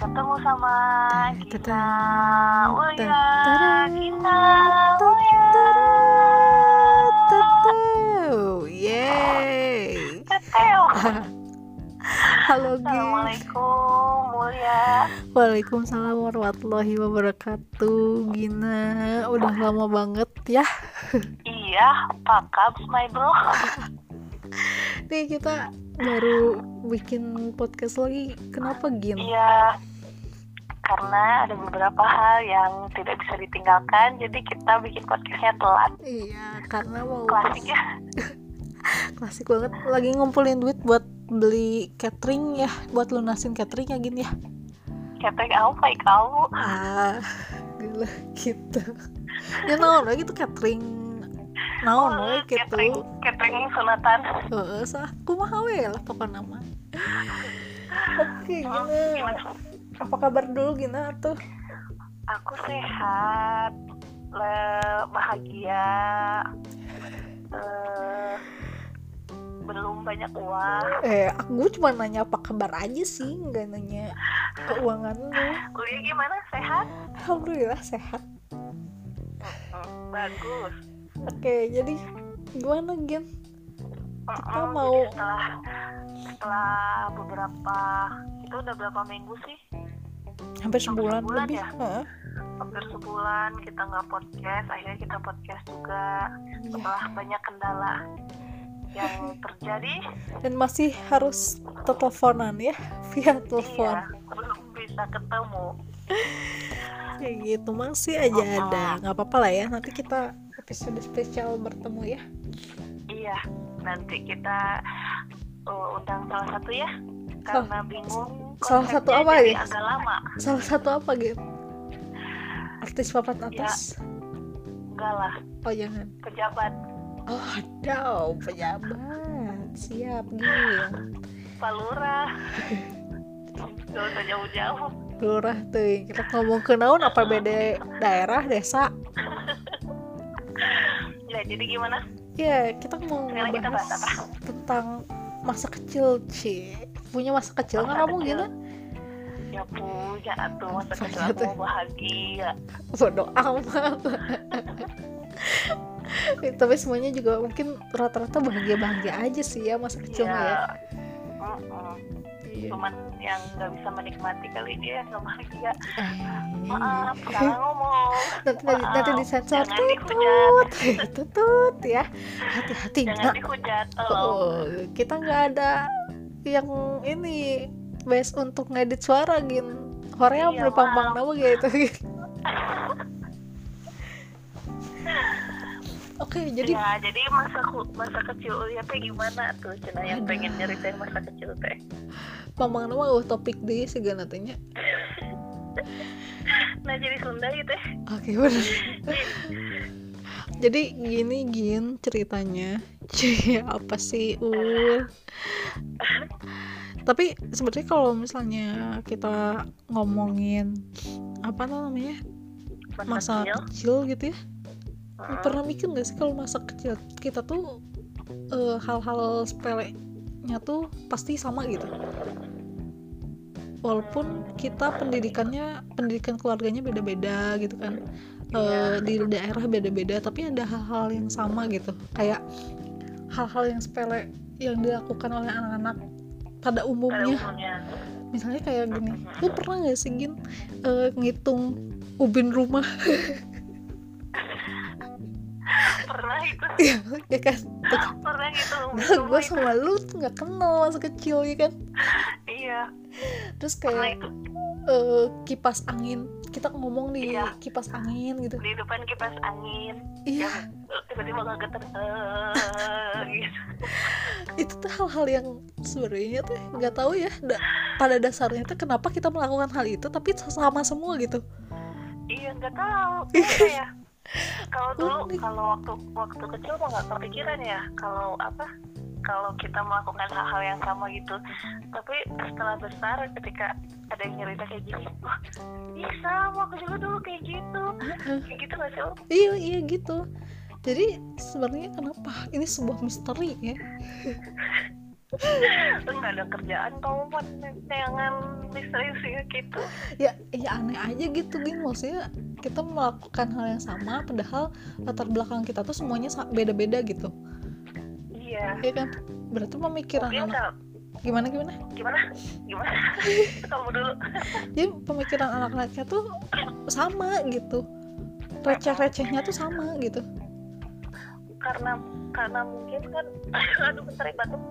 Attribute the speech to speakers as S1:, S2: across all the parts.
S1: ketemu sama Gina Uya.
S2: Yeay.
S1: Teteo.
S2: Halo Gin.
S1: Assalamualaikum Mulia.
S2: Waalaikumsalam warahmatullahi wabarakatuh. Gina, udah lama banget ya.
S1: Iya, pakab my bro.
S2: Nih kita baru bikin podcast lagi. Kenapa Gin?
S1: Iya, karena ada beberapa hal yang tidak bisa ditinggalkan, jadi kita bikin podcastnya telat.
S2: Iya, karena mau
S1: Klasik ya.
S2: klasik banget. Lagi ngumpulin duit buat beli catering ya, buat lunasin catering ya Gin ya.
S1: Catering apa kamu?
S2: Gila gitu. Ya naon we gitu catering. Naon we gitu.
S1: Catering sunatan.
S2: Heeh, kumaha we lah pokoknya mah. Oke, Gina.
S1: Gimana?
S2: Apa kabar dulu Gina tuh?
S1: Aku sehat, bahagia, belum banyak uang.
S2: Aku cuma nanya apa kabar aja sih, nggak nanya keuangan lu.
S1: Kuliah gimana? Sehat?
S2: Alhamdulillah sehat.
S1: Bagus.
S2: Oke, jadi gimana Gin? Kita mau
S1: setelah beberapa, itu udah berapa minggu sih?
S2: hampir sebulan lebih
S1: ya? Hampir sebulan kita nggak podcast, akhirnya kita podcast juga setelah banyak kendala yang terjadi
S2: dan masih harus teleponan ya, via telepon.
S1: Iya, belum bisa ketemu
S2: Kayak gitu masih aja ada, nggak apa-apa lah ya, nanti kita episode spesial bertemu ya.
S1: Iya, nanti kita undang salah satu ya, karena bingung
S2: salah satu apa
S1: jadi
S2: ya?
S1: agak lama.
S2: Salah satu apa gitu? Artis papan atas?
S1: Ya, enggak lah.
S2: Oh jangan.
S1: Pejabat.
S2: Oh ada pejabat. Siap Gil.
S1: Pak Lurah. Gak usah jauh-jauh.
S2: Lurah tuh. Kita ngomong ke naon apa beda daerah, desa?
S1: Ya jadi gimana?
S2: Ya kita mau
S1: Sekarang kita bahas
S2: ngebahas
S1: apa?
S2: tentang masa kecil, Punya masa kecil nggak kamu Gina?
S1: Ya punya tuh masa kecil
S2: Punya tuh.
S1: aku bahagia.
S2: Bodoh amat. Tapi semuanya juga mungkin rata-rata bahagia-bahagia aja sih ya masa kecilnya ya. Iya.
S1: Cuman yang nggak bisa menikmati kali dia nggak bahagia. Maaf, salah ngomong.
S2: Nanti disensor.
S1: Jangan dihujat.
S2: Tutut ya. Hati-hati.
S1: Jangan dihujat, tolong.
S2: Kita nggak ada yang ini base untuk ngedit suara Gin. Korea
S1: Iya,
S2: berpang-pang nama gitu. Oke, jadi
S1: masa kecil Uya teh gimana tuh? Cina yang pengen nyeritain masa kecil teh.
S2: pamang nama topik deh segala tanya.
S1: Nah jadi Sunda gitu ya.
S2: Oke, benar. Jadi gini Gin ceritanya. Apa sih Tapi sebenarnya kalau misalnya kita ngomongin apa namanya masa kecil gitu ya, pernah mikir nggak sih kalau masa kecil kita tuh hal-hal sepelenya tuh pasti sama gitu, walaupun kita pendidikan keluarganya beda-beda gitu kan, di daerah beda-beda, tapi ada hal-hal yang sama gitu, kayak hal-hal yang sepele yang dilakukan oleh anak-anak pada umumnya. Misalnya kayak gini, lu pernah nggak sih Gin ngitung ubin rumah?
S1: Pernah itu.
S2: Ya kan?
S1: Pernah gitu.
S2: Nah, gue sama lu tuh nggak kenal masa kecil ya kan?
S1: Iya.
S2: Terus kayak kipas angin, kita ngomong di kipas angin gitu.
S1: Di depan kipas angin.
S2: Iya.
S1: Tiba-tiba nggak geter gitu.
S2: Itu tuh hal-hal yang sebenarnya tuh nggak tahu ya. Pada dasarnya tuh kenapa kita melakukan hal itu, tapi sama semua gitu.
S1: Iya nggak tahu. Kenapa ya? Kalau dulu, kalau waktu kecil mah nggak kepikiran ya. Kalau kita melakukan hal-hal yang sama gitu. Tapi setelah besar, ketika ada yang nyerita kayak gini, wah, sama aku juga dulu kayak gitu. Kayak gitu nggak sih?
S2: Iya gitu. Jadi sebenarnya kenapa? Ini sebuah misteri ya.
S1: Lu nggak ada kerjaan kamu buat jangan istri gitu.
S2: Ya aneh aja gitu Gin, maksudnya kita melakukan hal yang sama padahal latar belakang kita tuh semuanya beda-beda gitu.
S1: Iya.
S2: Iya kan, berarti pemikiran
S1: Mungkin
S2: anak gimana
S1: kamu dulu.
S2: jadi pemikiran anak-anaknya tuh sama gitu, receh-recehnya tuh sama gitu.
S1: Karena mungkin kan aduh bentar ya batuk.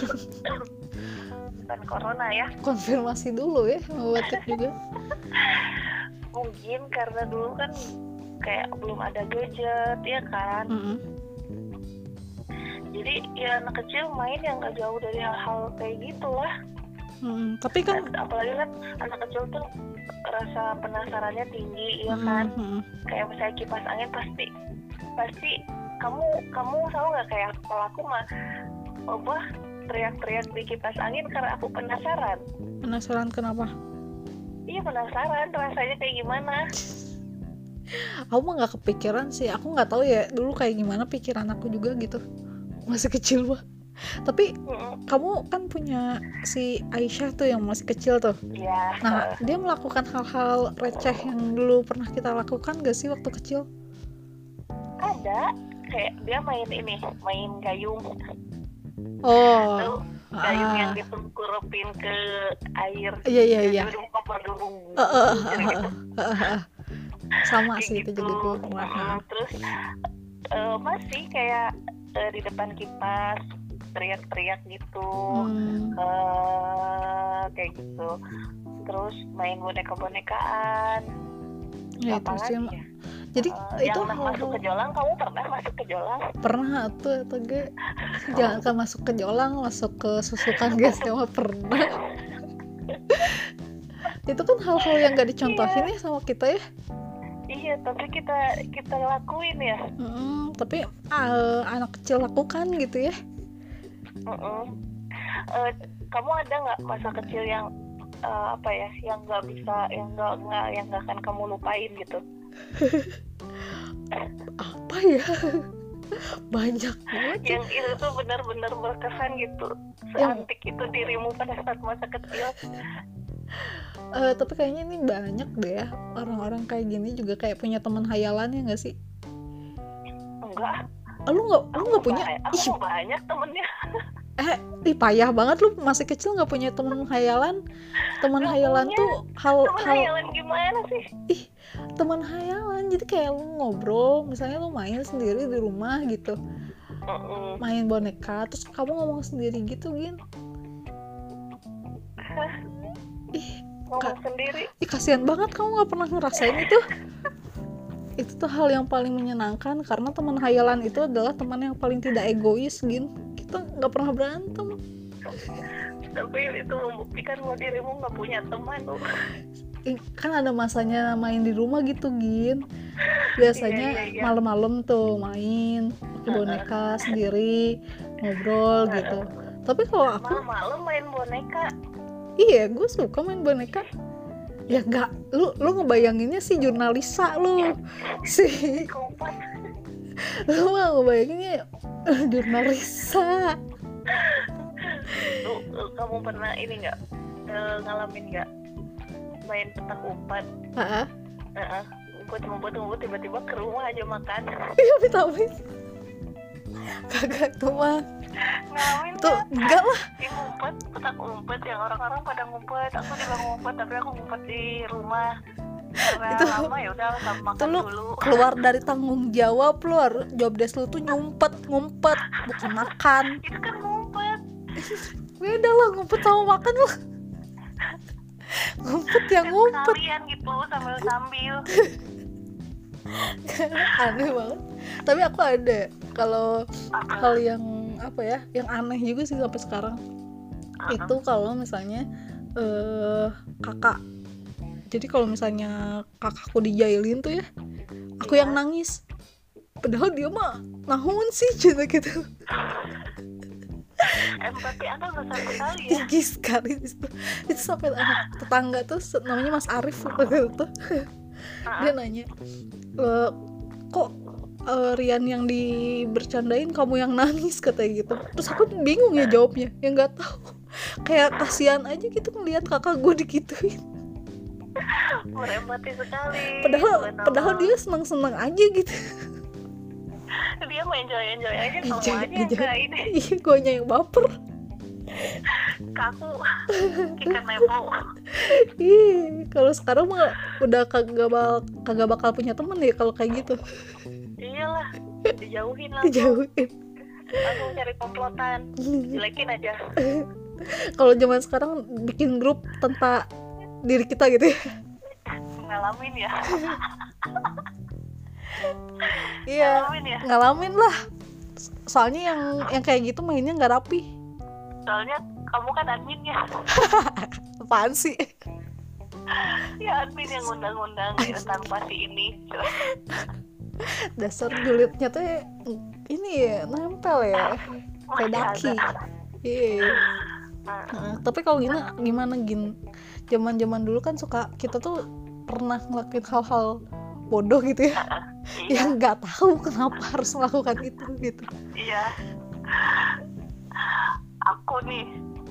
S1: Bukan corona ya.
S2: Konfirmasi dulu ya, mau batuk juga.
S1: Mungkin karena dulu kan kayak belum ada gadget ya kan. Jadi ya anak kecil main yang gak jauh dari hal-hal kayak gitu lah.
S2: Tapi kan
S1: apalagi kan anak kecil tuh rasa penasarannya tinggi ya kan. Kayak misalnya kipas angin pasti kamu tahu nggak, kayak kalau aku mah teriak-teriak di kipas angin karena aku penasaran.
S2: Penasaran kenapa?
S1: Iya penasaran rasanya kayak gimana.
S2: Aku mah nggak kepikiran sih, aku nggak tahu ya dulu kayak gimana pikiran aku juga gitu, masih kecil mah. Tapi kamu kan punya si Aisyah tuh yang masih kecil tuh.
S1: Ya.
S2: Nah dia melakukan hal-hal receh yang dulu pernah kita lakukan gak sih waktu kecil?
S1: Ada, kayak dia main gayung.
S2: Oh.
S1: Gayung yang ditengkurupin ke air.
S2: Iya.
S1: Gitu.
S2: Sama
S1: Kayak
S2: sih
S1: gitu.
S2: itu juga gue pernah.
S1: Terus masih kayak di depan kipas teriak-teriak gitu. Kayak gitu. Terus main boneka-bonekaan.
S2: Ya itu sih.
S1: Ya?
S2: Jadi itu
S1: masuk ke jolang, kamu pernah masuk ke jolang?
S2: Pernah tuh ge. Jangan kan masuk ke jolang, masuk ke susukan guys, mah pernah. Itu kan hal-hal yang gak dicontohin ya sama kita ya.
S1: Iya, tapi kita lakuin ya.
S2: Tapi anak kecil lakukan gitu ya.
S1: Kamu ada nggak masa kecil yang yang nggak bisa, yang nggak akan kamu lupain gitu?
S2: Apa ya? Banyak banget
S1: yang itu tuh benar-benar berkesan gitu, seantik itu dirimu pada saat masa kecil.
S2: Tapi kayaknya ini banyak deh ya orang-orang kayak gini juga kayak punya teman hayalan ya nggak sih?
S1: Enggak.
S2: Lu nggak punya?
S1: Aku banyak temennya.
S2: Payah banget lu masih kecil nggak punya teman hayalan. Teman hayalan tuh
S1: teman hayalan gimana sih?
S2: Teman hayalan jadi kayak lu ngobrol, misalnya lu main sendiri di rumah gitu, main boneka terus kamu ngomong sendiri gitu Gin.
S1: Ngomong sendiri?
S2: Kasihan banget kamu nggak pernah ngerasain itu. Itu tuh hal yang paling menyenangkan karena teman hayalan itu adalah teman yang paling tidak egois Gin. Kita nggak pernah berantem.
S1: Tapi itu membuktikan bahwa dirimu nggak punya teman loh.
S2: Kan ada masanya main di rumah gitu Gin. Biasanya iya. Malam-malam tuh main pakai boneka sendiri, ngobrol gitu. Tapi kalau aku
S1: malam-malam main boneka.
S2: Iya, gue suka main boneka. Ya enggak, lu ngebayanginnya si jurnalisa lu. Si lu mah ngebayanginnya jurnalisa.
S1: Kamu pernah ini enggak ngalamin enggak main petak umpet? Ngumpet tiba-tiba ke rumah aja makan.
S2: Iya, tapi kagak tuh mah.
S1: Ngalamin
S2: tuh enggak lah.
S1: Ngumpet, petak umpet yang orang-orang pada ngumpet, aku juga ngumpet tapi aku ngumpet di rumah. Karena itu lama ya udah sama makan
S2: lu
S1: dulu. Keluar
S2: dari tanggung jawab lu, job desk lu tuh ngumpet bukan makan.
S1: Itu kan ngumpet.
S2: Beda lah ngumpet sama makan lu. Ngumpet yang ngumpet.
S1: Kalian gitu sambil.
S2: Aneh banget. Tapi aku ada kalau hal yang apa ya, yang aneh juga sih sampai sekarang. Itu kalau misalnya kakak. Jadi kalau misalnya kakakku dijailin tuh ya, aku yang nangis. Padahal dia mah nahun sih gitu.
S1: Empati Anda udah satu kali ya.
S2: Tinggi sekali itu sampai anak tetangga tuh namanya Mas Arif gitu. Dia nanya, kok Rian yang dibercandain, kamu yang nangis katanya gitu. Terus aku bingung ya jawabnya, ya nggak tahu, kayak kasihan aja gitu ngelihat kakak gue digituin.
S1: Berempati sekali.
S2: Padahal dia senang aja gitu.
S1: Dia mau enjoy aja, kamu aja yang kayak ini.
S2: Iya, guanya yang baper.
S1: Kaku, ikan nemo.
S2: Ih, kalau sekarang mah udah kagak bakal punya temen ya kalau kayak gitu.
S1: Iyalah, dijauhin langsung.
S2: Dijauhin.
S1: Langsung cari komplotan, jelekin aja.
S2: Kalau zaman sekarang bikin grup tanpa diri kita gitu ya.
S1: Ngalamin ya.
S2: Iya,
S1: Ngalamin ya.
S2: ngalamin lah. Soalnya yang kayak gitu mainnya nggak rapi.
S1: Soalnya kamu kan adminnya.
S2: Apaan sih?
S1: Ya admin yang undang-undang ya, tanpa si ini.
S2: Dasar julidnya tuh ini ya, nempel ya, kayak daki. Iya. Tapi kalau gimana Gin? Zaman dulu kan suka, kita tuh pernah ngelakuin hal-hal bodoh gitu ya. Yang nggak tahu kenapa harus melakukan itu gitu.
S1: Iya. Aku nih.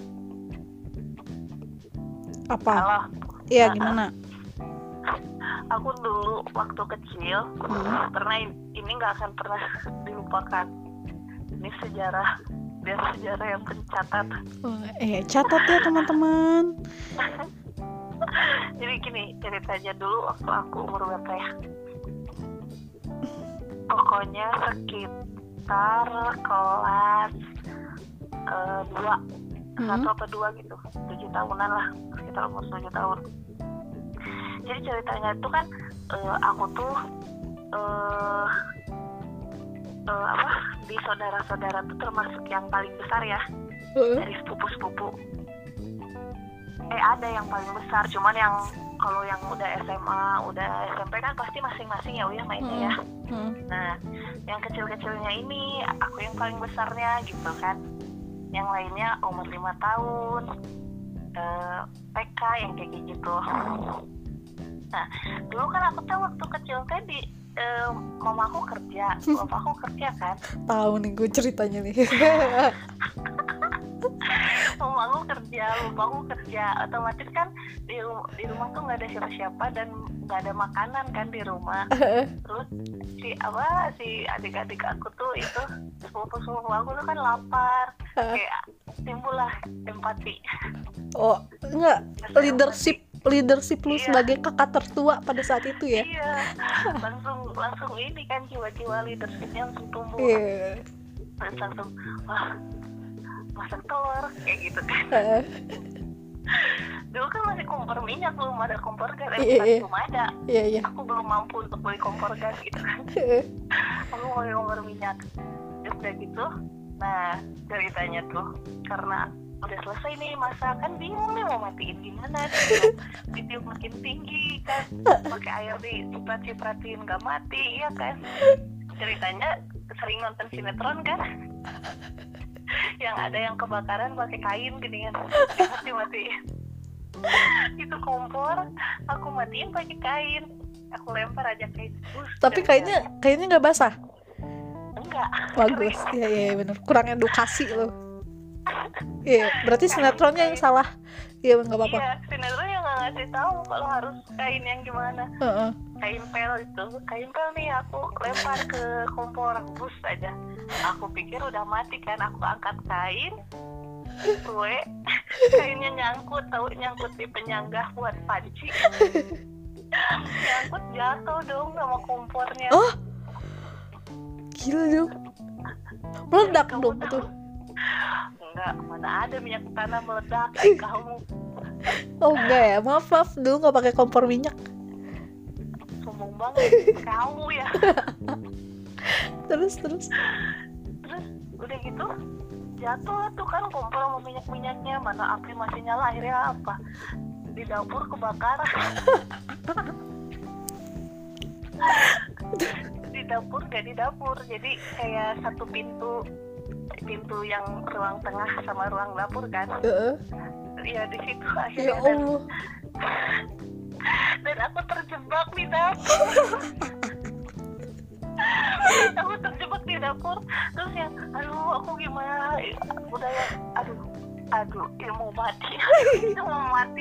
S2: Apa?
S1: Halo.
S2: Iya, gimana?
S1: Aku dulu waktu kecil pernah, ini nggak akan pernah dilupakan. Ini sejarah yang tercatat.
S2: Catat ya teman-teman.
S1: Jadi gini ceritanya, dulu waktu aku umur berapa ya? Pokoknya sekitar kelas 2, 1 atau 2 gitu, 7 tahunan lah, sekitar umur 7 tahun. Jadi ceritanya itu kan aku tuh di saudara-saudara tuh termasuk yang paling besar ya, dari sepupu-sepupu. Ada yang paling besar, cuman yang kalau yang udah SMA, udah SMP kan pasti masing-masing ya udah mainnya ya. Nah, yang kecil-kecilnya ini aku yang paling besarnya gitu kan. Yang lainnya umur 5 tahun, PK yang kayak gitu. Nah, dulu kan aku tuh waktu kecil teh mama aku kerja, bapak aku kerja kan.
S2: Tahu nih gue ceritanya nih.
S1: Mama aku kerja, bapak aku kerja, otomatis kan di rumah tuh nggak ada siapa-siapa dan nggak ada makanan kan di rumah. Terus si adik-adik aku tuh itu sepupu aku tuh kan lapar, kayak timbullah empati. Oh
S2: enggak, leadership lu sebagai kakak tertua pada saat itu ya.
S1: Iya, langsung ini kan jiwa-jiwa leadershipnya langsung tumbuh. Terus langsung masak telur kayak gitu kan. Dulu kan masih kompor minyak, belum ada kompor gas. Belum ada. Aku belum mampu untuk beli kompor gas gitu kan. Aku beli kompor minyak. Terus udah gitu, nah ceritanya tuh karena udah selesai nih masak, kan bingung nih mau matiin gimana, ditiup makin tinggi kan, pakai air diciprat-cipratin nggak mati, iya kan. Ceritanya sering nonton sinetron kan, yang ada yang kebakaran pakai kain gini kan, dimatiin. Itu kompor aku matiin pakai kain, aku lempar aja kain.
S2: Tapi kainnya nggak basah?
S1: Enggak.
S2: Bagus. Iya benar, kurang edukasi loh. Iya, berarti sinetronnya yang salah. Iya, nggak apa-apa.
S1: Iya, sinetron yang nggak ngasih tahu kalau harus kain yang gimana. Kain pel itu, kain pel nih aku lempar ke kompor, bus aja. Aku pikir udah mati kan, aku angkat kain, kainnya nyangkut di penyangga buat panci. Nyangkut, jatuh dong sama kompornya.
S2: Oh, gila dong. Meledak dong tuh.
S1: Enggak, mana ada minyak tanah meledak kamu.
S2: Oh enggak ya, maaf dulu nggak pakai kompor minyak.
S1: Sombong banget kamu ya.
S2: Terus
S1: udah gitu jatuh tuh kan kompor sama minyaknya, mana api masih nyala, akhirnya apa, di dapur kebakaran. di dapur jadi kayak satu pintu yang ruang tengah sama ruang dapur kan. Ya di situ akhirnya. Ya Allah. Dan aku terjebak di dapur. Aku terjebak di dapur, terus ya aduh aku gimana, udah ya aduh ya mau mati. Itu mau mati.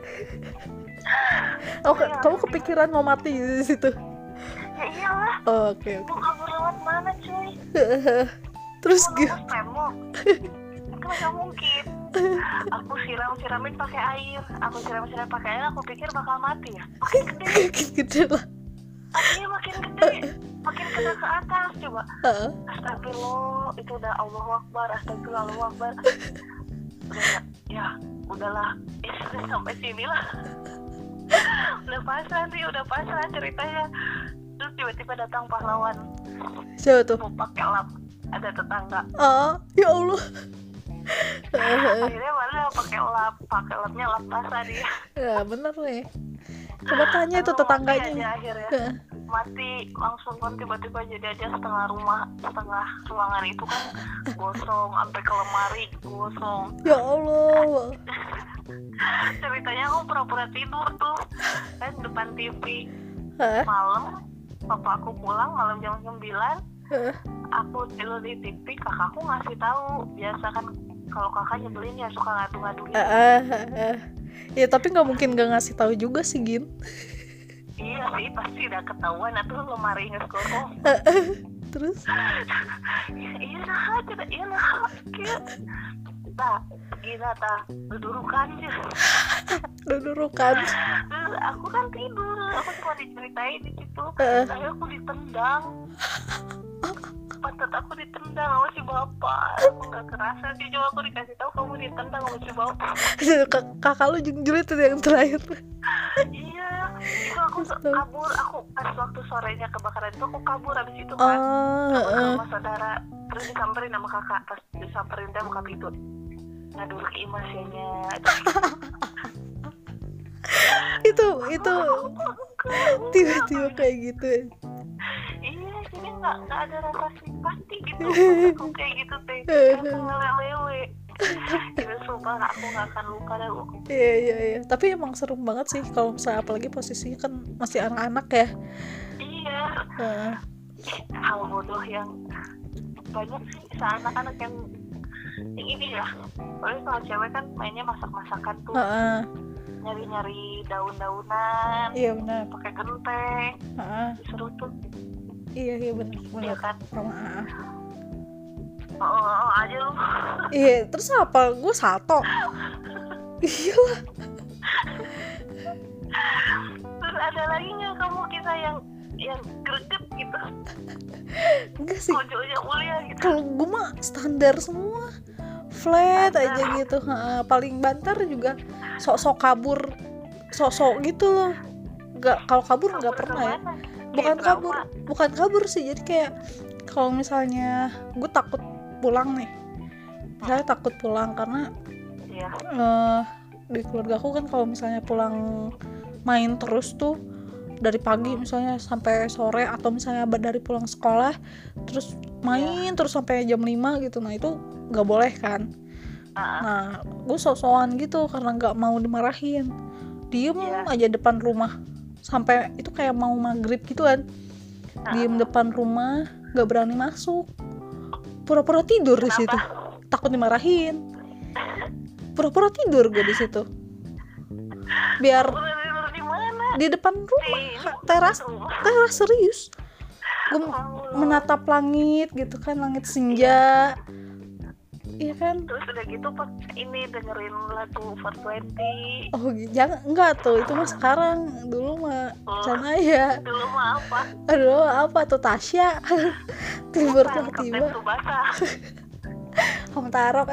S2: Oh, kamu kepikiran mau mati di situ?
S1: Ya iyalah,
S2: Oh, oke.
S1: mau kabur lewat mana cuy?
S2: Terus
S1: Mau
S2: gitu.
S1: nembus tembok? Itu nggak mungkin. Aku siramin pakai air, aku pikir bakal mati ya. Makin gede,
S2: Gede lah.
S1: apinya makin gede, makin kena ke atas. Coba, astagfirullah, itu udah Allahu Akbar, astagfirullah. Udah ya, udahlah, ya sudah sampai sini lah. Udah pasrah ceritanya. Terus tiba-tiba datang pahlawan.
S2: Siapa tuh?
S1: Mau pakai lap, ada tetangga.
S2: Ya Allah.
S1: Akhirnya mana pakai lapnya lap basah dia.
S2: Ya bener nih. Coba tanya itu tetangganya.
S1: Mati aja akhirnya. Mati langsung kan, tiba-tiba jadi aja setengah ruangan itu kan gosong, sampai ke lemari gosong.
S2: Ya Allah.
S1: Ceritanya aku pura-pura tidur tuh kan depan TV.
S2: Hah?
S1: Malam papa aku pulang malam jam 9. Aku tidur di TV, kakakku ngasih tahu. Biasa kan kalau kakak nyebelin ya suka ngadu-ngaduin.
S2: Ya tapi nggak mungkin nggak ngasih tahu juga sih, Gin.
S1: Iya sih, pasti udah ketahuan atau lemari ngeskosong.
S2: Terus?
S1: Iya nah, gila dudurukan aja.
S2: Dudurukan.
S1: Terus aku kan tidur, aku cuma diceritain di situ. Saya aku ditendang. Pantat aku ditendang sama si bapak. Aku gak kerasa sih, coba aku dikasih tahu kamu ditendang sama si bapak.
S2: Kakak lu julid itu yang terakhir.
S1: Iya, itu aku kabur. Aku pas waktu sorenya kebakaran itu aku kabur habis itu kan. Kabur sama saudara. Terus disamperin sama kakak. Pas disamperin dia buka pintu. Ngadu ke imasinya.
S2: itu tiba-tiba kayak gitu.
S1: Iya, jadi nggak ada rasa simpati gitu. Aku kayak gitu teh. Aku ngelelewe. Itu sumpah aku nggak akan lupa dah.
S2: Iya. Tapi emang serem banget sih kalau misalnya apalagi posisinya kan masih anak-anak ya.
S1: Iya. Hal bodoh yang banyak sih anak-anak yang ini ya. Soalnya kalau cewek kan mainnya masak-masakan tuh. Nyari-nyari daun-daunan.
S2: Iya benar.
S1: Pakai genteng. Seru tuh.
S2: Iya benar.
S1: Iya kan.
S2: Sama
S1: aja lu.
S2: Iya, terus apa? Gue salto. Iya lah.
S1: Terus ada lagi nggak kamu kisah yang greget gitu?
S2: Enggak sih.
S1: Kojolnya mulia gitu.
S2: Kalau gue mah standar semua, flat aja gitu. Paling banter juga sok-sok kabur, sok-sok gitu loh. Kalau kabur nggak pernah ya. Bukan kabur sih. Jadi kayak kalau misalnya gue takut pulang nih, misalnya takut pulang karena di keluarga aku kan kalau misalnya pulang main terus tuh dari pagi misalnya sampai sore, atau misalnya dari pulang sekolah terus main terus sampai jam 5 gitu, nah itu nggak boleh kan. Nah gue sok-sokan gitu karena nggak mau dimarahin, diem aja depan rumah sampai itu kayak mau maghrib gitu kan, diem depan rumah nggak berani masuk, pura-pura tidur. Kenapa? Di situ takut dimarahin, pura-pura tidur gue di situ biar di depan rumah, teras serius. Gue menatap langit gitu kan, langit senja. Iya kan.
S1: Terus udah gitu pas ini dengerin lagu 420.
S2: Oh jangan, enggak tuh, itu mah sekarang. Dulu mah Canaya.
S1: Dulu mah apa?
S2: Aduh apa tuh, Tasya. Tiba-tiba Om Tarok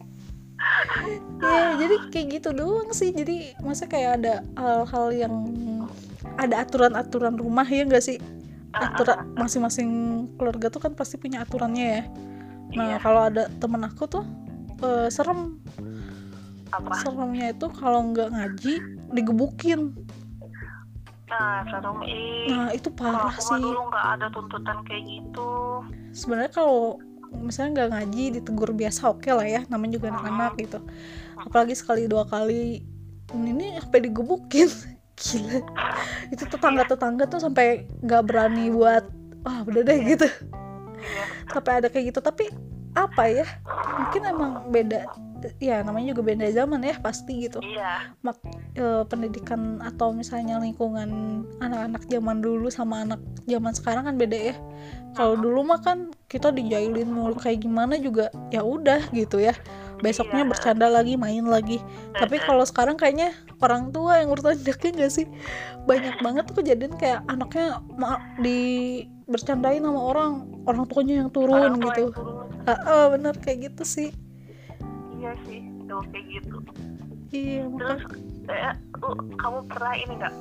S2: ya jadi kayak gitu doang sih. Jadi masa kayak ada hal-hal yang ada aturan-aturan rumah ya nggak sih? Aturan masing-masing keluarga tuh kan pasti punya aturannya ya. Nah kalau ada temen aku tuh serem. Seremnya itu kalau nggak ngaji digebukin.
S1: Nah serem
S2: Nah itu parah sih.
S1: Dulu nggak ada tuntutan kayak gitu.
S2: Sebenarnya kalau misalnya nggak ngaji ditegur biasa oke lah ya, namanya juga anak-anak gitu. Apalagi sekali 2 kali ini sampai digebukin. Gila. Itu tetangga tuh sampai nggak berani buat wah udah deh gitu.
S1: Iya.
S2: Sampai ada kayak gitu. Tapi apa ya, mungkin emang beda ya, namanya juga beda zaman ya pasti gitu.
S1: Iya.
S2: Pendidikan atau misalnya lingkungan anak-anak zaman dulu sama anak zaman sekarang kan beda ya. Kalau dulu mah kan kita dijailin mulu kayak gimana juga ya udah gitu ya, besoknya
S1: Iya.
S2: bercanda lagi, main lagi. Tapi kalau sekarang kayaknya orang tua yang urus anaknya nggak sih, banyak banget tuh kejadian kayak anaknya di bercandain sama orang tuanya yang turun
S1: Orang tua
S2: gitu.
S1: yang turun.
S2: Bener kayak gitu sih.
S1: Iya sih, tuh kayak gitu.
S2: Iya
S1: Terus
S2: makanya.
S1: kamu pernah ini nggak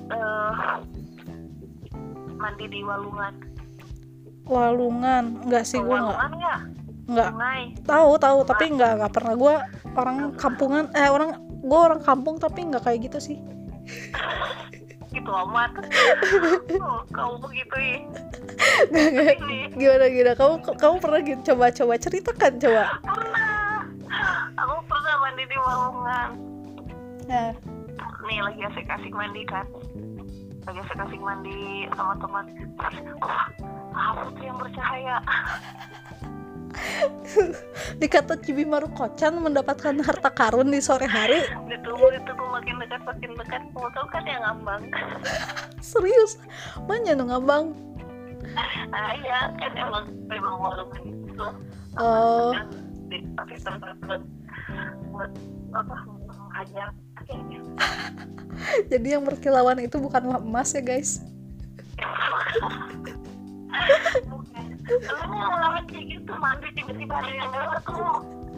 S1: mandi di walungan?
S2: Walungan enggak sih, gue
S1: Walungan
S2: nggak
S1: sungai.
S2: tahu tapi nggak pernah. Gue orang kampungan, gue orang kampung tapi nggak kayak gitu sih.
S1: Gitu amat. Kamu begitu ya.
S2: Nggak. Gimana kamu pernah gitu? Coba ceritakan coba.
S1: Pernah. Aku pernah mandi di walungan.
S2: Nah,
S1: Nih lagi asik-asik mandi kan. Lagi asik-asik mandi sama teman. Wah, apa tuh yang bercahaya?
S2: dikata Cibi Marukocan mendapatkan harta karun di sore hari.
S1: Ditunggu makin dekat. Kamu tahu kan yang ngambang?
S2: Serius? Mana nu ngabang?
S1: Iya, kan memang walungan itu.
S2: Oh,
S1: Dipakai tempat buat apa? Menghajak kayaknya.
S2: jadi yang berkilauan itu bukanlah emas ya guys.
S1: Lu ngalamin kayak gitu, mandi tiba-tiba ada yang lewat tuh.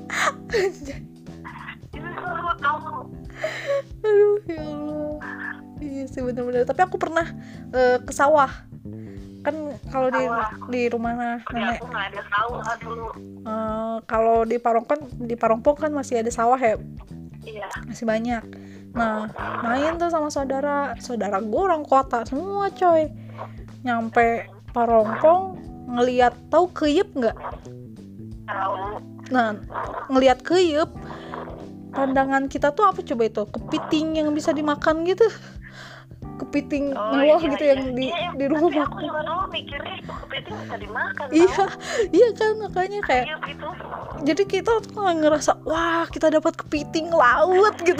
S1: Itu seru kamu.
S2: Aduh ya Allah. Iya sih benar-benar. Tapi aku pernah ke sawah. Kan kalau di rumah nenek,
S1: Aku nggak ada sawah dulu.
S2: kalau di Parongpong kan masih ada sawah ya,
S1: Iya.
S2: masih banyak. Nah, main tuh sama saudara gue orang kota semua coy. Nyampe Parongpong ngelihat, tahu keyep nggak?
S1: Tahu.
S2: Nah, ngelihat keyep, pandangan kita tuh apa coba itu? Kepiting yang bisa dimakan gitu. Kepiting mewah gitu yang di rumah
S1: Tapi aku
S2: makan.
S1: juga dulu mikirnya itu kepiting bisa dimakan.
S2: Iya kan, makanya kayak
S1: Iya gitu.
S2: jadi kita tuh ngerasa wah kita dapat kepiting laut gitu.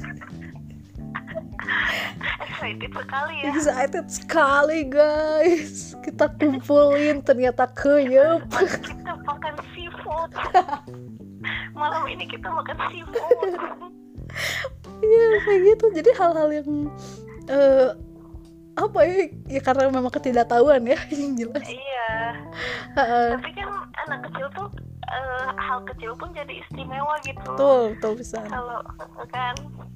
S1: Excited sekali ya.
S2: Excited sekali guys, kita kumpulin ternyata keyep.
S1: Kita makan seafood. Malam ini kita makan seafood.
S2: Iya kayak gitu. Jadi hal-hal yang apa ya karena memang ketidaktahuan ya yang jelas.
S1: Iya. Tapi kan anak kecil tuh hal kecil pun jadi istimewa gitu.
S2: Betul bisa.
S1: Kalau kan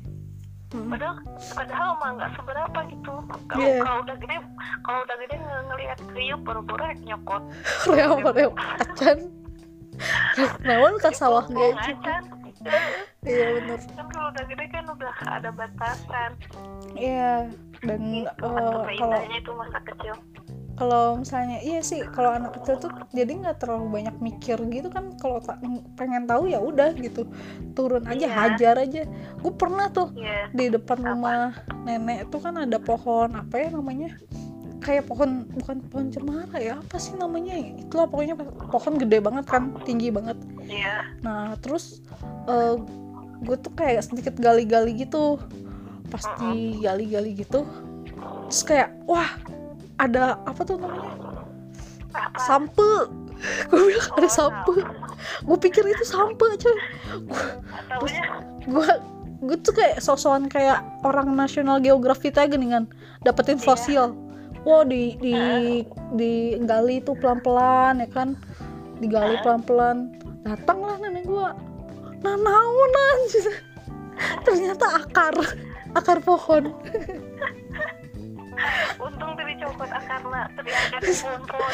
S1: padahal mah nggak seberapa gitu. Kalau udah gede ngelihat kriuk baru-baru nyokot.
S2: Reo acan. Naon ka sawah ge. Iya benar.
S1: Kan kalau udah gede kan udah ada batasan.
S2: Iya, dan
S1: Kalau itu masa kecil.
S2: Kalau misalnya iya sih, kalau anak kecil tuh jadi nggak terlalu banyak mikir gitu kan. Kalau pengen tahu ya udah gitu, turun aja, hajar aja. Gue pernah tuh di depan rumah nenek tuh kan ada pohon apa ya namanya, kayak bukan pohon cemara ya, apa sih namanya, itulah pokoknya pohon gede banget kan, tinggi banget.
S1: Iya.
S2: Nah terus gue tuh kayak sedikit gali-gali gitu, pasti gali-gali gitu, terus kayak wah ada apa tuh namanya, sampe. Gue bilang ada sampe, gue pikir itu sampe coy. Terus gue tuh kayak sosokan kayak orang National Geographic aja nih kan, dapetin fosil. Wow, digali tuh pelan-pelan ya kan, digali pelan-pelan. Datanglah nenek gue, nah naunan, ternyata akar pohon.
S1: Untung tadi copot akarna, tadi akar pohon.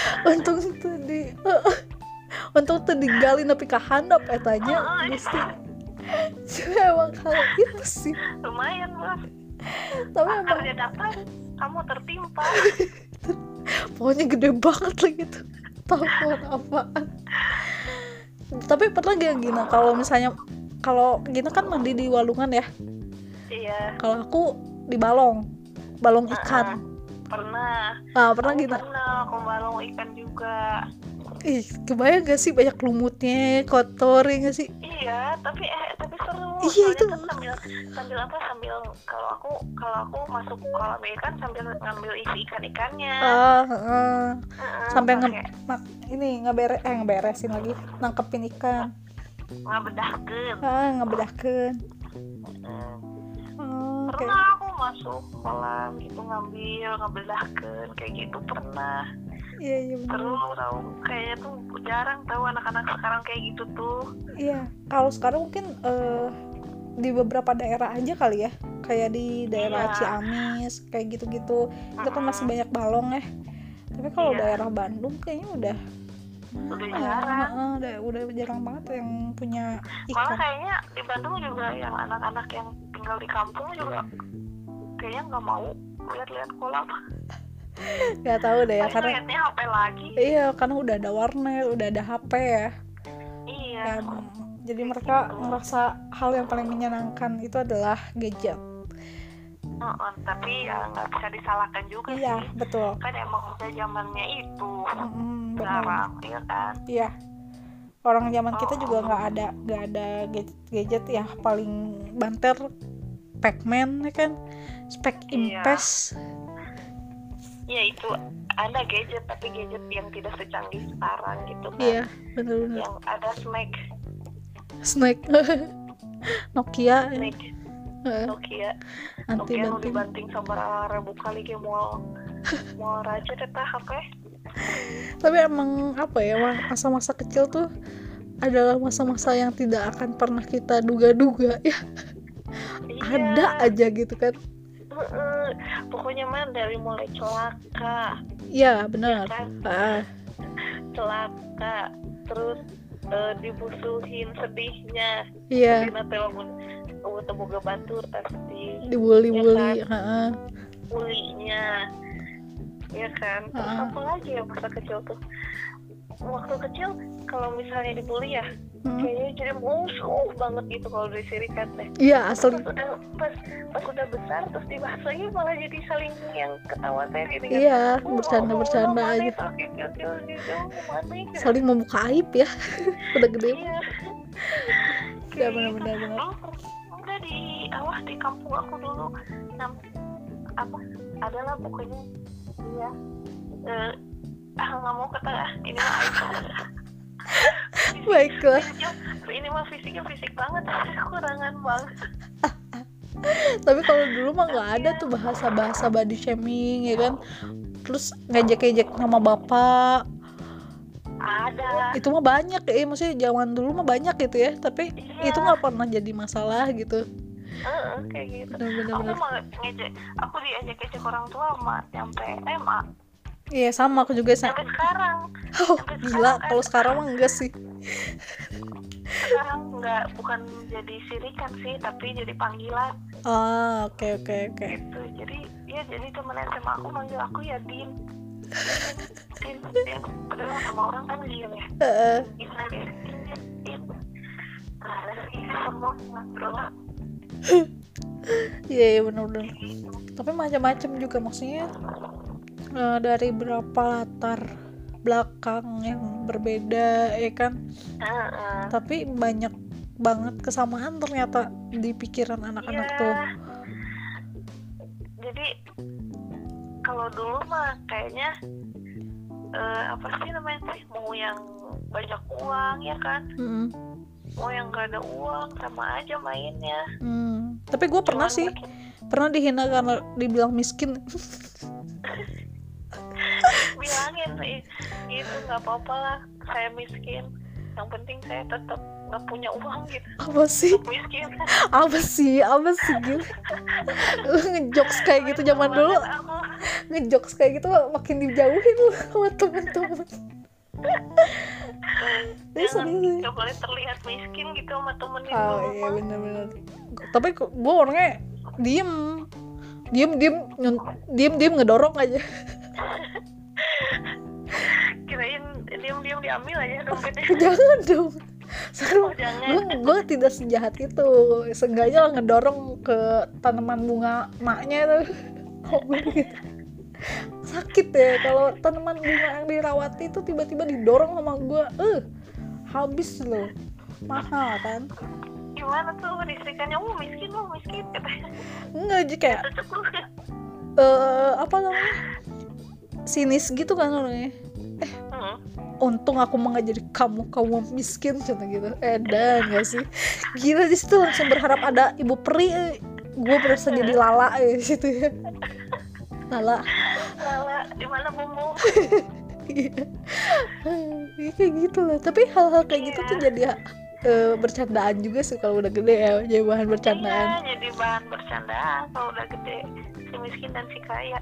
S2: Untung tuh digali tapi kahandap etanya gusti. Cuma emang kalau itu sih
S1: lumayan bos.
S2: Tapi
S1: akarnya dapat, kamu tertimpa.
S2: Pokoknya gede banget lagi tuh. Tahu pohon apaan. Tapi pernah gak Gina kalau Gina kan mandi di walungan ya?
S1: Iya.
S2: Kalau aku di balong ikan. Pernah
S1: Aku
S2: gitu.
S1: pernah aku balong ikan juga.
S2: Ih, kebayang gak sih banyak lumutnya, kotor ya gak sih?
S1: Iya, tapi seru.
S2: Iya
S1: Soalnya
S2: itu.
S1: kan sambil kalau aku masuk kolam ikan sambil ngambil isi ikan-ikannya.
S2: Sampai
S1: Pakai
S2: ngeberesin lagi, nangkepin ikan.
S1: ngabedahkeun.
S2: Ngebedakeun. Kayak
S1: Pernah aku masuk kolam gitu ngabedahkeun kayak gitu pernah.
S2: iya bener.
S1: Seru tau, kayaknya tuh jarang tahu anak-anak sekarang kayak gitu tuh.
S2: Iya, kalau sekarang mungkin di beberapa daerah aja kali ya, kayak di daerah
S1: Iya.
S2: Ciamis kayak gitu-gitu, itu kan masih banyak balong ya. Tapi kalau
S1: Iya.
S2: daerah Bandung kayaknya udah
S1: Jarang.
S2: udah jarang banget yang punya
S1: Malah
S2: ikan.
S1: kayaknya di Bandung juga yang anak-anak yang tinggal di kampung juga kayaknya nggak mau lihat-lihat kolam.
S2: Nggak tahu deh ya,
S1: Pasti
S2: karena
S1: lihatnya HP lagi.
S2: iya karena udah ada warnet, udah ada HP ya.
S1: Iya.
S2: Jadi mereka merasa hal yang paling menyenangkan itu adalah gadget.
S1: Tapi ya nggak bisa disalahkan juga
S2: Iya
S1: sih.
S2: betul.
S1: Kan emang udah zamannya itu.
S2: Benar.
S1: Sekarang, iya kan?
S2: Iya. Orang zaman kita juga nggak ada gadget ya, paling banter Pac-Man ya kan, Spek Impes.
S1: Ya itu ada gadget, tapi gadget yang tidak secanggih sekarang gitu kan.
S2: Iya benar-benar.
S1: Yang ada
S2: Snake Nokia
S1: Nokia
S2: anti
S1: nu
S2: banting.
S1: dibanting sabaraha kali ge moal raja eta HP.
S2: Tapi emang apa ya, masa-masa kecil tuh adalah masa-masa yang tidak akan pernah kita duga-duga ya.
S1: Iya.
S2: Ada aja gitu kan.
S1: Pokoknya mah dari mulai celaka.
S2: Iya benar.
S1: Celaka, terus dibusuhin sedihnya.
S2: Iya.
S1: Dina teh lamun teu boga batur pasti
S2: Dibully-bully,
S1: bulinya. Ya kan? Terus apa lagi ya masa kecil tuh? Waktu kecil kalau misalnya dibully ya kayaknya jadi musuh banget gitu kalau disirikan teh.
S2: Iya asli.
S1: Pas udah besar terus dibahas lagi malah jadi saling yang ketawa teh gitu kan.
S2: Iya, bercanda aja. Saling membuka aib ya. Udah gede. Iya. Benar.
S1: Enggak di kampung aku dulu adalah pokoknya iya. Nggak mau kata ini mah aib.
S2: Baiklah.
S1: Ini mah fisik banget, kurangan banget.
S2: Tapi kalau dulu mah nggak ada tuh bahasa body shaming ya kan, terus ngejek nama bapak.
S1: Ada.
S2: Itu mah banyak ya, maksudnya zaman dulu mah banyak gitu ya, tapi itu nggak pernah jadi masalah gitu.
S1: Kayak gitu.
S2: Bener.
S1: Aku diajak-ajak orang tua mah sampai SMA.
S2: Iya sama aku juga
S1: sampai sekarang.
S2: Gila, kalau sekarang mah enggak sih.
S1: Sekarang enggak, bukan jadi sirikan sih, tapi jadi panggilan.
S2: Oke.
S1: Gitu. Jadi teman SMA aku manggil aku ya Din. Padahal sama orang kan Din ya.
S2: Iya benar. Tapi macam-macam juga, maksudnya dari berapa latar belakang yang berbeda ya kan. Tapi banyak banget kesamaan ternyata di pikiran anak-anak tuh.
S1: Jadi kalau dulu mah kayaknya apa sih namanya, mau yang banyak uang ya kan, mau yang gak ada uang sama aja mainnya.
S2: Tapi gue pernah dihina karena dibilang miskin.
S1: Bilangin itu nggak apa-apa lah, saya miskin, yang penting saya tetap nggak punya uang gitu.
S2: Apa sih
S1: miskin?
S2: apa sih gitu. Lu ngejokes kayak gitu zaman dulu, ngejokes kayak gitu makin dijauhin lu sama temen-temen.
S1: Jangan boleh terlihat miskin gitu sama temen itu.
S2: Iya benar. Tapi gue orangnya diem ngedorong aja.
S1: Kirain diam diambil aja dompetnya.
S2: Jangan dong.
S1: Jangan.
S2: Gue tidak sejahat itu. Seenggaknya ngedorong ke tanaman bunga maknya itu. Gitu. sakit ya kalau tanaman bunga yang dirawati itu tiba-tiba didorong sama gue, habis loh, mahal kan.
S1: Gimana tuh listrikannya? Miskin katanya.
S2: Enggak aja kayak apa namanya, sinis gitu kan orangnya. Untung aku mengajari kamu miskin contoh gitu. Dan gak sih, gila di situ langsung berharap ada ibu peri. Gue berasa jadi Lala ya situ ya. Lala
S1: di mana bumbu?
S2: Iya kayak gitu lah. Tapi hal-hal kayak gitu tuh jadi bercandaan juga sih kalau udah gede ya, jadi bahan bercandaan.
S1: Iya, jadi bahan bercandaan kalau udah gede, si miskin dan si kaya.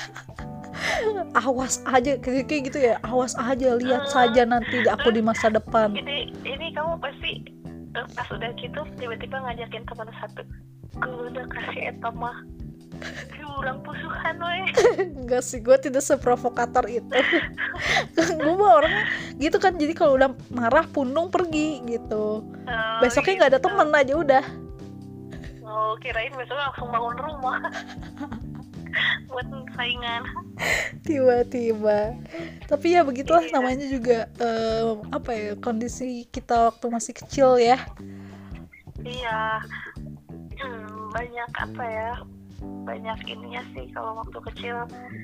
S2: Awas aja kayak gitu ya, awas aja, lihat saja nanti aku di masa depan.
S1: Ini kamu pasti pas udah gitu tiba-tiba ngajakin teman satu, gue udah kasih eta mah urang pusuhan we.
S2: Enggak sih, gue tidak seprovokator itu. Gue mah orangnya gitu kan, jadi kalau udah marah pundung pergi gitu. Besoknya nggak ada teman aja udah.
S1: Oh, kirain besoknya langsung bangun rumah buat saingan.
S2: Tiba-tiba. Tapi ya begitulah namanya juga apa ya, kondisi kita waktu masih kecil ya.
S1: Iya. Banyak apa ya? Banyak ininya sih kalau waktu kecil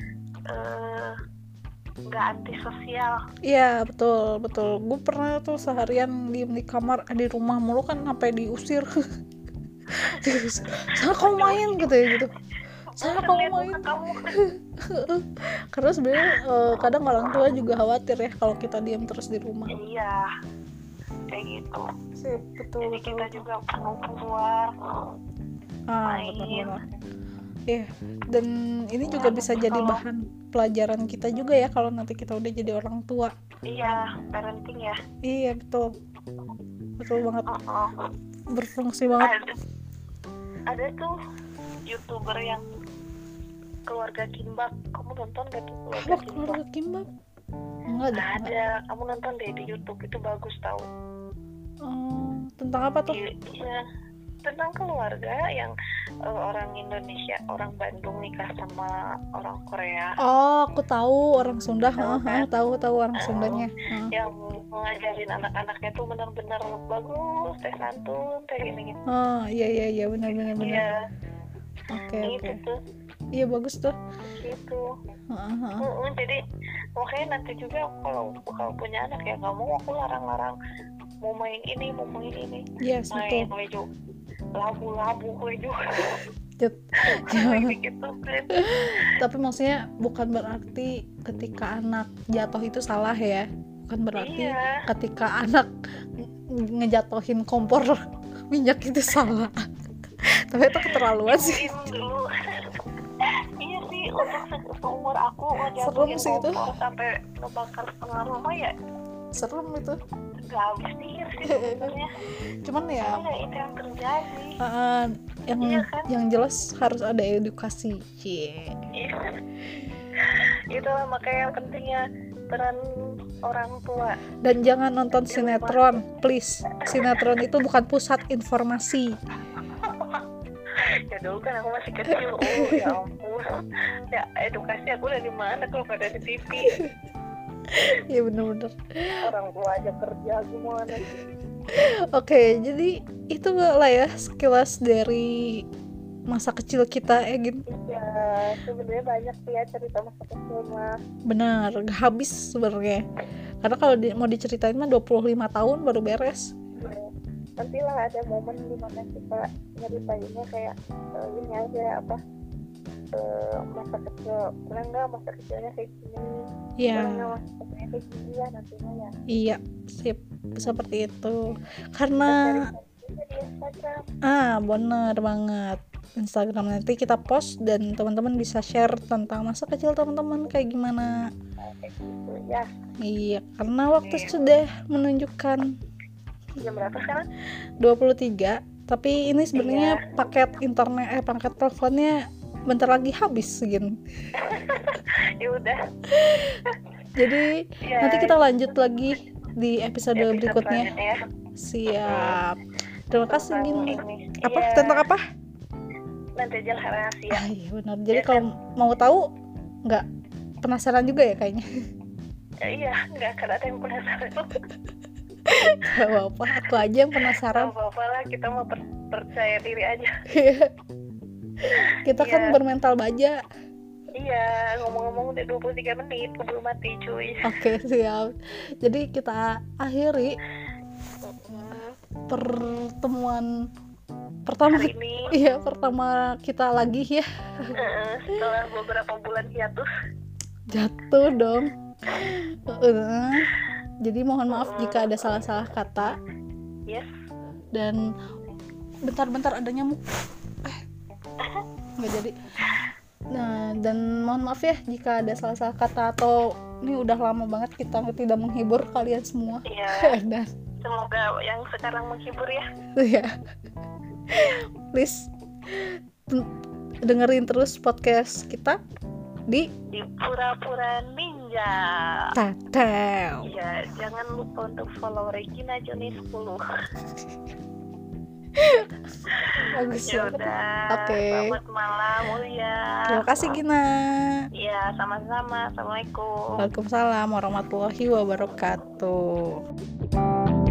S1: nggak antisosial.
S2: Iya betul. Gue pernah tuh seharian diem di kamar, di rumah mulu kan, sampai diusir. Sana kamu main gitu ya gitu. Sana kamu main. Karena sebenarnya kadang orang tua juga khawatir ya kalau kita diem terus di rumah.
S1: Iya, kayak gitu.
S2: Betul.
S1: Jadi kita juga perlu keluar.
S2: Betul. Iya, dan ini juga bisa jadi bahan pelajaran kita juga ya kalau nanti kita udah jadi orang tua.
S1: Iya, parenting ya.
S2: Iya, betul banget. Berfungsi banget.
S1: Ada tuh YouTuber yang keluarga Kimbab. Kamu nonton gak tuh
S2: keluarga Kimbab? Enggak ada.
S1: Kamu nonton deh di YouTube, itu bagus tau.
S2: Tentang apa tuh?
S1: Iya, tentang keluarga yang orang Indonesia, orang Bandung nikah sama orang Korea.
S2: Oh, aku tahu orang Sunda. Tahu orang Sundanya.
S1: Yang ngajarin anak-anaknya tuh benar-benar bagus, teh santun, teh gini.
S2: Oh, iya benar.
S1: Iya.
S2: Oke.
S1: Tuh.
S2: Iya bagus tuh.
S1: Gitu. Jadi makanya nanti juga kalau punya anak ya nggak mau aku larang-larang mau main ini.
S2: Yes,
S1: main
S2: betul.
S1: Labu juga.
S2: Gitu. Tapi maksudnya bukan berarti ketika anak jatuh itu salah ya. Bukan berarti ketika anak ngejatuhin kompor minyak itu salah. Tapi itu keterlaluan sih. Iya
S1: sih, untuk seumur aku ngejatuhin kompor sampai ngebakar setengah rumah ya.
S2: Serem itu.
S1: Gak habis pikir sih sebenarnya.
S2: Cuman ya
S1: itu yang terjadi.
S2: Yang jelas harus ada edukasi.
S1: Itulah makanya pentingnya peran orang tua.
S2: Dan jangan nonton sinetron, please. Sinetron itu bukan pusat informasi.
S1: Ya dulu kan aku masih kecil. Ya ampun. Ya edukasi aku dari mana kalau nggak dari TV?
S2: Iya benar-benar.
S1: Orang tua aja kerja gimana?
S2: Oke, jadi itu lah ya sekilas dari masa kecil kita Gin.
S1: Iya, sebenarnya banyak sih ya cerita masa kecil mah.
S2: Benar, gak habis sebenarnya. Karena kalau mau diceritain mah 25 tahun baru beres.
S1: Nantilah ada momen dimana kita nyeritainnya kayak ini aja apa masa kecil, pernah nggak masa kecilnya kayak gini?
S2: Iya.
S1: Masa kecilnya kayak gini ya nantinya ya.
S2: Iya, sip, seperti itu. Karena
S1: di Instagram.
S2: Bener banget. Instagram nanti kita post dan teman-teman bisa share tentang masa kecil teman-teman kayak gimana.
S1: Kayak gitu ya.
S2: Iya, karena waktu sudah menunjukkan
S1: jam berapa sekarang?
S2: 23. Tapi ini sebenarnya paket internet paket teleponnya bentar lagi habis Gin.
S1: Ya udah.
S2: Jadi nanti kita lanjut lagi di episode berikutnya.
S1: Ya.
S2: Siap. Terima kasih Gin. Apa?
S1: Iya.
S2: Tentang apa?
S1: Nanti aja rahasia.
S2: Iya benar. Jadi kalau mau tahu nggak penasaran juga ya kayaknya.
S1: Iya, nggak akan ada yang penasaran.
S2: Gak apa-apa, aku aja yang penasaran.
S1: Gak apa-apa lah, kita mau percaya diri aja.
S2: Kita kan
S1: Iya.
S2: bermental baja.
S1: Iya, ngomong-ngomong udah 23 menit, keburu mati cuy.
S2: Oke, siap. Jadi kita akhiri pertemuan pertama
S1: Hari ini
S2: iya, pertama kita lagi ya.
S1: setelah beberapa bulan hiatus.
S2: Jatuh dong. Jadi mohon maaf jika ada salah-salah kata.
S1: Yes.
S2: Dan bentar-bentar ada nyamuk. Nggak jadi. Nah, dan mohon maaf ya jika ada salah-salah kata atau ini udah lama banget kita tidak menghibur kalian semua.
S1: Iya.
S2: Dan
S1: Semoga yang sekarang menghibur ya.
S2: ya, please dengerin terus podcast kita di
S1: Pura-pura Ninja.
S2: Tatel.
S1: Iya, jangan lupa untuk follow Regina Joni 10.
S2: Bagus
S1: Ya
S2: banget.
S1: udah.
S2: Oke.
S1: Selamat malam, Mulia.
S2: Terima kasih Gina.
S1: Iya, sama-sama. Assalamualaikum.
S2: Waalaikumsalam warahmatullahi wabarakatuh.